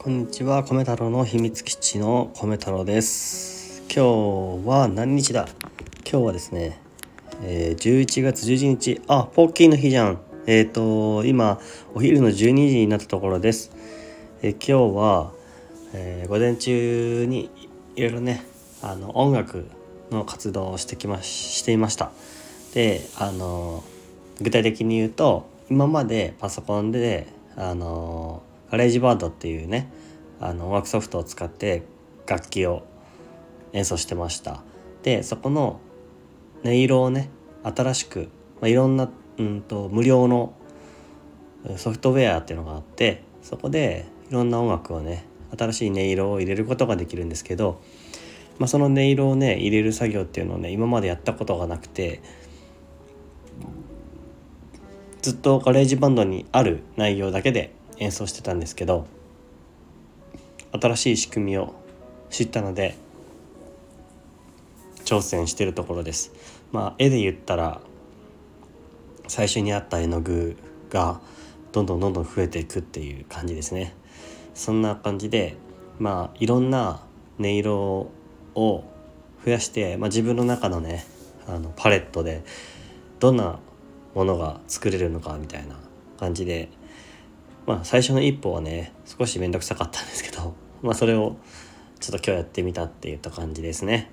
こんにちは、米太郎の秘密基地の米太郎です。今日は何日だ？今日はですね、11月11日、ポッキーの日じゃん。今お昼の12時になったところです。今日は、午前中にいろいろね、音楽の活動をしていました。で、具体的に言うと、今までパソコンでガレージバンドっていうね音楽ソフトを使って楽器を演奏してました。でそこの音色をね新しく、いろんな無料のソフトウェアっていうのがあって、そこでいろんな音楽をね新しい音色を入れることができるんですけど、その音色をね入れる作業っていうのをね今までやったことがなくて、ずっとガレージバンドにある内容だけで演奏してたんですけど、新しい仕組みを知ったので挑戦しているところです。絵で言ったら最初にあった絵の具がどんどん増えていくっていう感じですね。そんな感じでいろんな音色を増やして、自分の中のねパレットでどんなものが作れるのかみたいな感じで、最初の一歩はね少しめんどくさかったんですけど、それをちょっと今日やってみたっていった感じですね。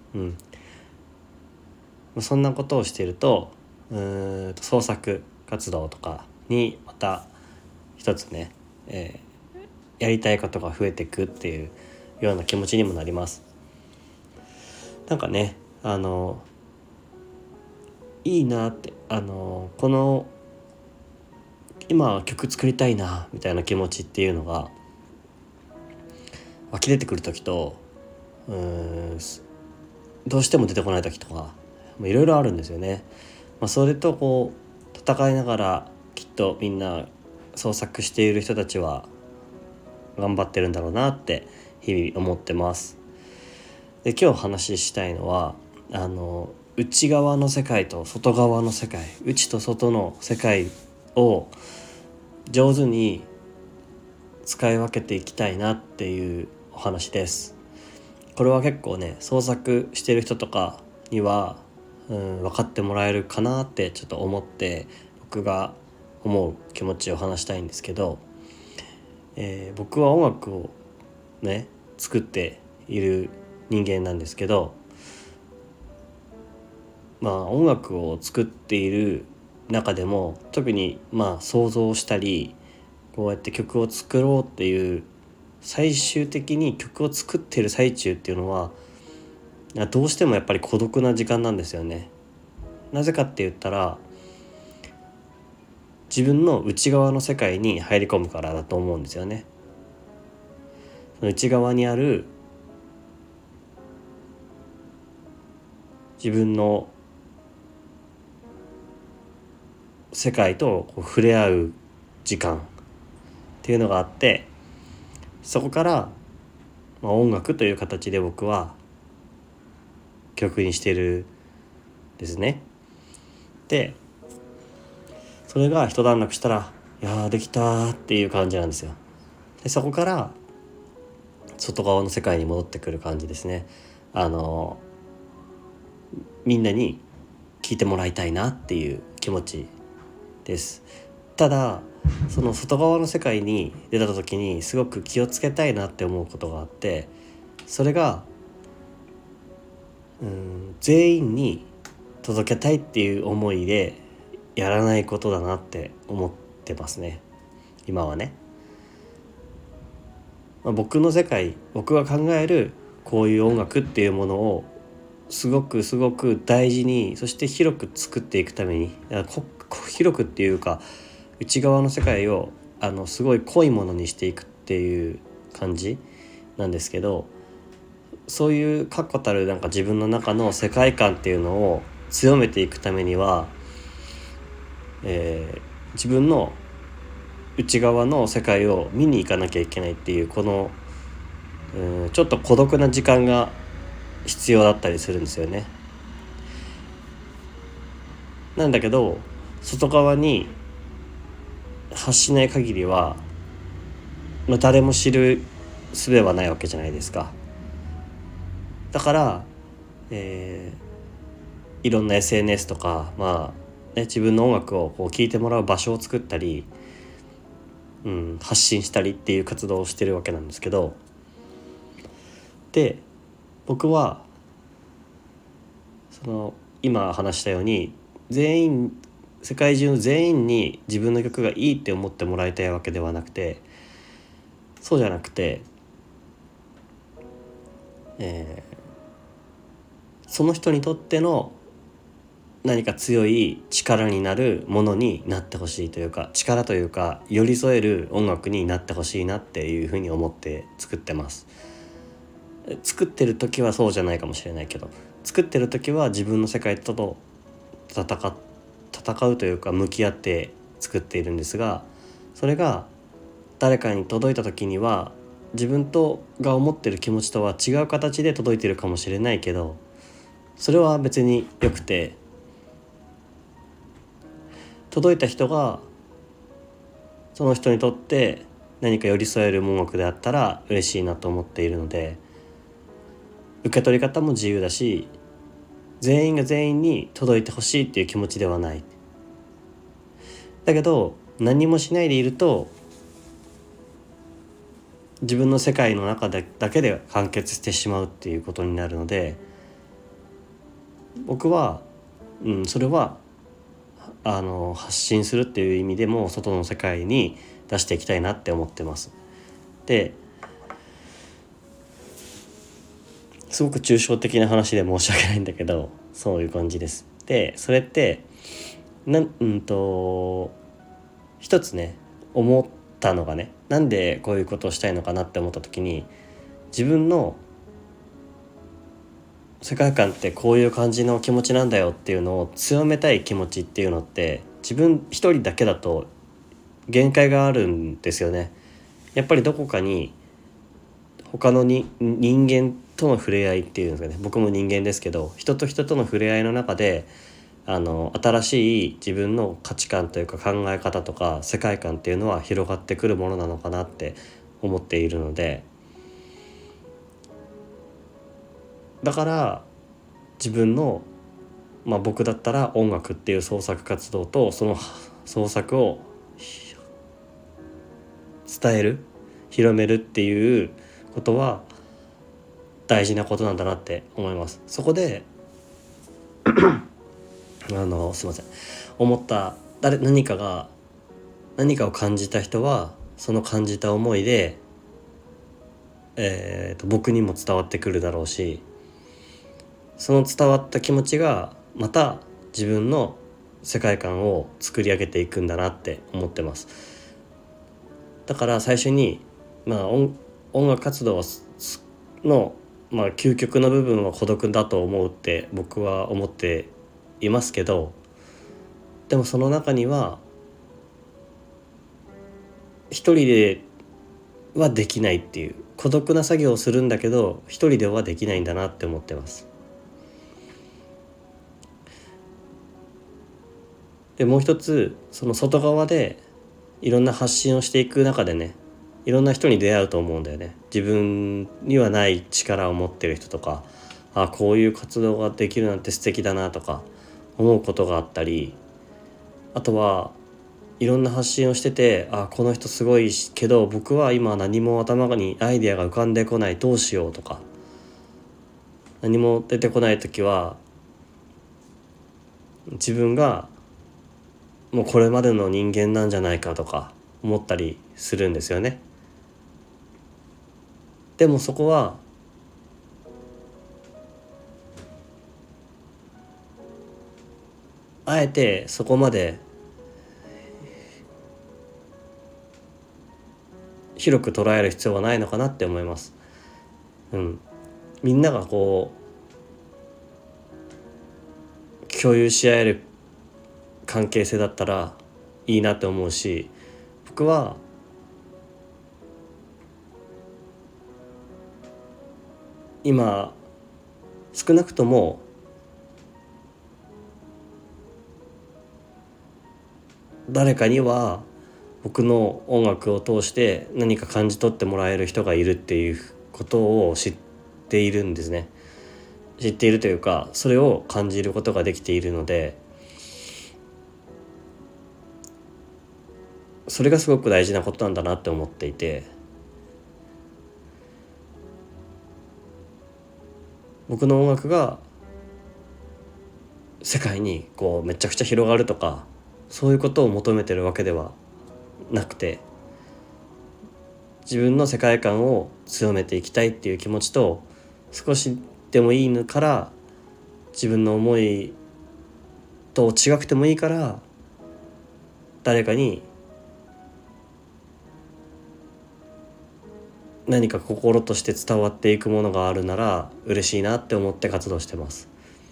そんなことをしていると創作活動とかにまた一つね、やりたいことが増えていくっていうような気持ちにもなります。なんかねいいなって、この今曲作りたいなみたいな気持ちっていうのが湧き出てくる時と、どうしても出てこない時とかいろいろあるんですよね。それとこう戦いながらきっとみんな創作している人たちは頑張ってるんだろうなって日々思ってます。で今日話したいのは内側の世界と外側の世界、内と外の世界を上手に使い分けていきたいなっていうお話です。これは結構ね創作している人とかには分かってもらえるかなってちょっと思って、僕が思う気持ちを話したいんですけど、僕は音楽をね作っている人間なんですけど、音楽を作っている中でも特に想像したりこうやって曲を作ろうっていう最終的に曲を作っている最中っていうのはどうしてもやっぱり孤独な時間なんですよね。なぜかって言ったら自分の内側の世界に入り込むからだと思うんですよね。その内側にある自分の世界と触れ合う時間っていうのがあって、そこから、音楽という形で僕は曲にしてるんですね。でそれが一段落したらいやーできたっていう感じなんですよ。でそこから外側の世界に戻ってくる感じですね。みんなに聞いてもらいたいなっていう気持ちです。ただその外側の世界に出た時にすごく気をつけたいなって思うことがあって、それが全員に届けたいっていう思いでやらないことだなって思ってますね今はね。僕の世界、僕が考えるこういう音楽っていうものをすごく大事に、そして広く作っていくために広くっていうか内側の世界をすごい濃いものにしていくっていう感じなんですけど、そういう確固たる自分の中の世界観っていうのを強めていくためには、自分の内側の世界を見に行かなきゃいけないっていうこのちょっと孤独な時間が必要だったりするんですよね。なんだけど外側に発しない限りは誰も知る術はないわけじゃないですか。だから、いろんな SNS とか、自分の音楽をこう聴いてもらう場所を作ったり、発信したりっていう活動をしてるわけなんですけど、で僕はその今話したように世界中の全員に自分の曲がいいって思ってもらいたいわけではなくて、そうじゃなくて、その人にとっての何か強い力になるものになってほしいというか、力というか寄り添える音楽になってほしいなっていうふうに思って作ってます。作ってる時はそうじゃないかもしれないけど、作ってる時は自分の世界と戦うというか向き合って作っているんですが、それが誰かに届いた時には自分が思ってる気持ちとは違う形で届いているかもしれないけど、それは別によくて、届いた人がその人にとって何か寄り添える音楽であったら嬉しいなと思っているので、受け取り方も自由だし、全員が全員に届いてほしいっていう気持ちではない。だけど何もしないでいると自分の世界の中だけで完結してしまうっていうことになるので、僕は、それは発信するっていう意味でも外の世界に出していきたいなって思ってます。ですごく抽象的な話で申し訳ないんだけど、そういう感じです。でそれって一つね思ったのがね、なんでこういうことをしたいのかなって思った時に、自分の世界観ってこういう感じの気持ちなんだよっていうのを強めたい気持ちっていうのって自分一人だけだと限界があるんですよね。やっぱりどこかに他の人間との触れ合いっていうんですかね、僕も人間ですけど、人と人との触れ合いの中で新しい自分の価値観というか考え方とか世界観っていうのは広がってくるものなのかなって思っているので、だから自分の、僕だったら音楽っていう創作活動とその創作を伝える、広めるっていうことは大事なことなんだなって思います。そこですいません、思った何かを感じた人はその感じた思いで、僕にも伝わってくるだろうし、その伝わった気持ちがまた自分の世界観を作り上げていくんだなって思ってます。だから最初に、音楽活動の、究極の部分は孤独だと思うって僕は思っていますけど、でもその中には一人ではできないっていう孤独な作業をするんだけど一人ではできないんだなって思ってます。でもう一つ、その外側でいろんな発信をしていく中でね、いろんな人に出会うと思うんだよね。自分にはない力を持ってる人とか、こういう活動ができるなんて素敵だなとか思うことがあったり、あとはいろんな発信をしてて、この人すごいけど僕は今何も頭にアイデアが浮かんでこない、どうしようとか、何も出てこない時は自分がもうこれまでの人間なんじゃないかとか思ったりするんですよね。でもそこはあえてそこまで広く捉える必要はないのかなって思います。みんながこう共有し合える関係性だったらいいなって思うし、僕は今少なくとも誰かには僕の音楽を通して何か感じ取ってもらえる人がいるっていうことを知っているんですね。知っているというか、それを感じることができているので、それがすごく大事なことなんだなって思っていて、僕の音楽が世界にこうめちゃくちゃ広がるとか、そういうことを求めてるわけではなくて、自分の世界観を強めていきたいっていう気持ちと、少しでもいいのから自分の思いと違くてもいいから誰かに何か心として伝わっていくものがあるなら嬉しいなって思って活動してます。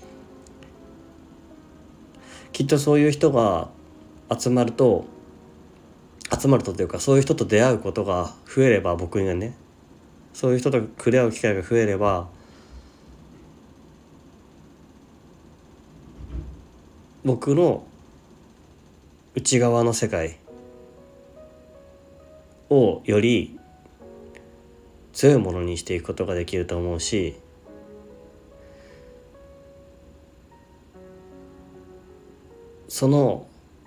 きっとそういう人が集まるとというか、そういう人と出会うことが増えれば、僕にはね、そういう人と触れ合う機会が増えれば、僕の内側の世界をより強いものにしていくことができると思うし、その、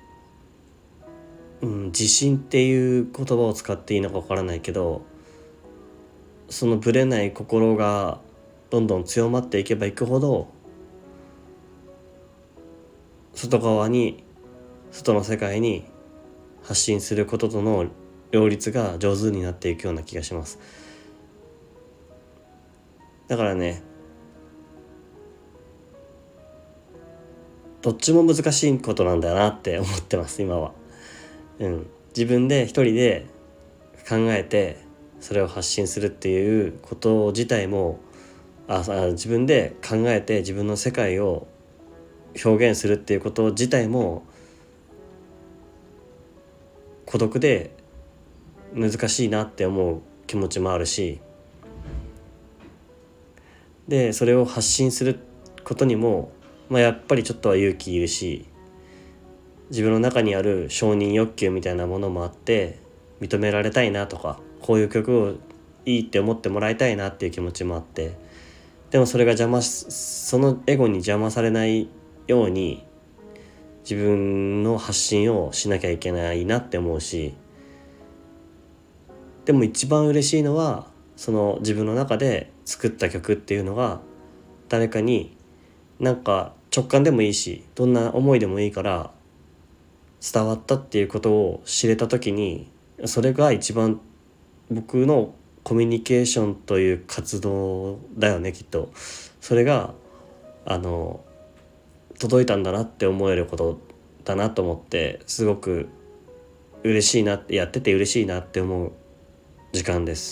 自信っていう言葉を使っていいのかわからないけど、そのぶれない心がどんどん強まっていけばいくほど、外の世界に発信することとの両立が上手になっていくような気がします。だからね、どっちも難しいことなんだなって思ってます今は。自分で一人で考えてそれを発信するっていうこと自体も、自分で考えて自分の世界を表現するっていうこと自体も孤独で難しいなって思う気持ちもあるし、でそれを発信することにも、やっぱりちょっとは勇気いるし、自分の中にある承認欲求みたいなものもあって、認められたいなとか、こういう曲をいいって思ってもらいたいなっていう気持ちもあって、でもそれがそのエゴに邪魔されないように自分の発信をしなきゃいけないなって思うし、でも一番嬉しいのは、その自分の中で作った曲っていうのが誰かになんか直感でもいいし、どんな思いでもいいから伝わったっていうことを知れた時に、それが一番僕のコミュニケーションという活動だよね、きっと。それが届いたんだなって思えることだなと思って、すごく嬉しいなって、やってて嬉しいなって思う時間です。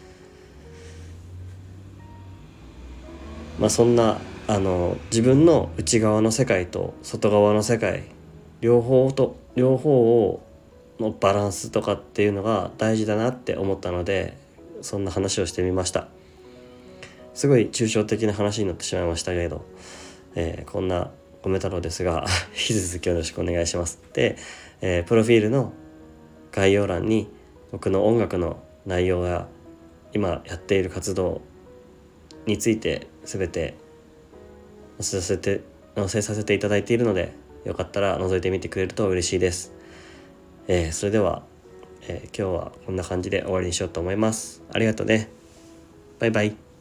そんな自分の内側の世界と外側の世界、両方をのバランスとかっていうのが大事だなって思ったので、そんな話をしてみました。すごい抽象的な話になってしまいましたけど、こんな米太郎ですが引き続きよろしくお願いします。で、プロフィールの概要欄に僕の音楽の内容や今やっている活動について全て載せさせていただいているので、よかったら覗いてみてくれると嬉しいです。それでは、今日はこんな感じで終わりにしようと思います。ありがとうね。バイバイ。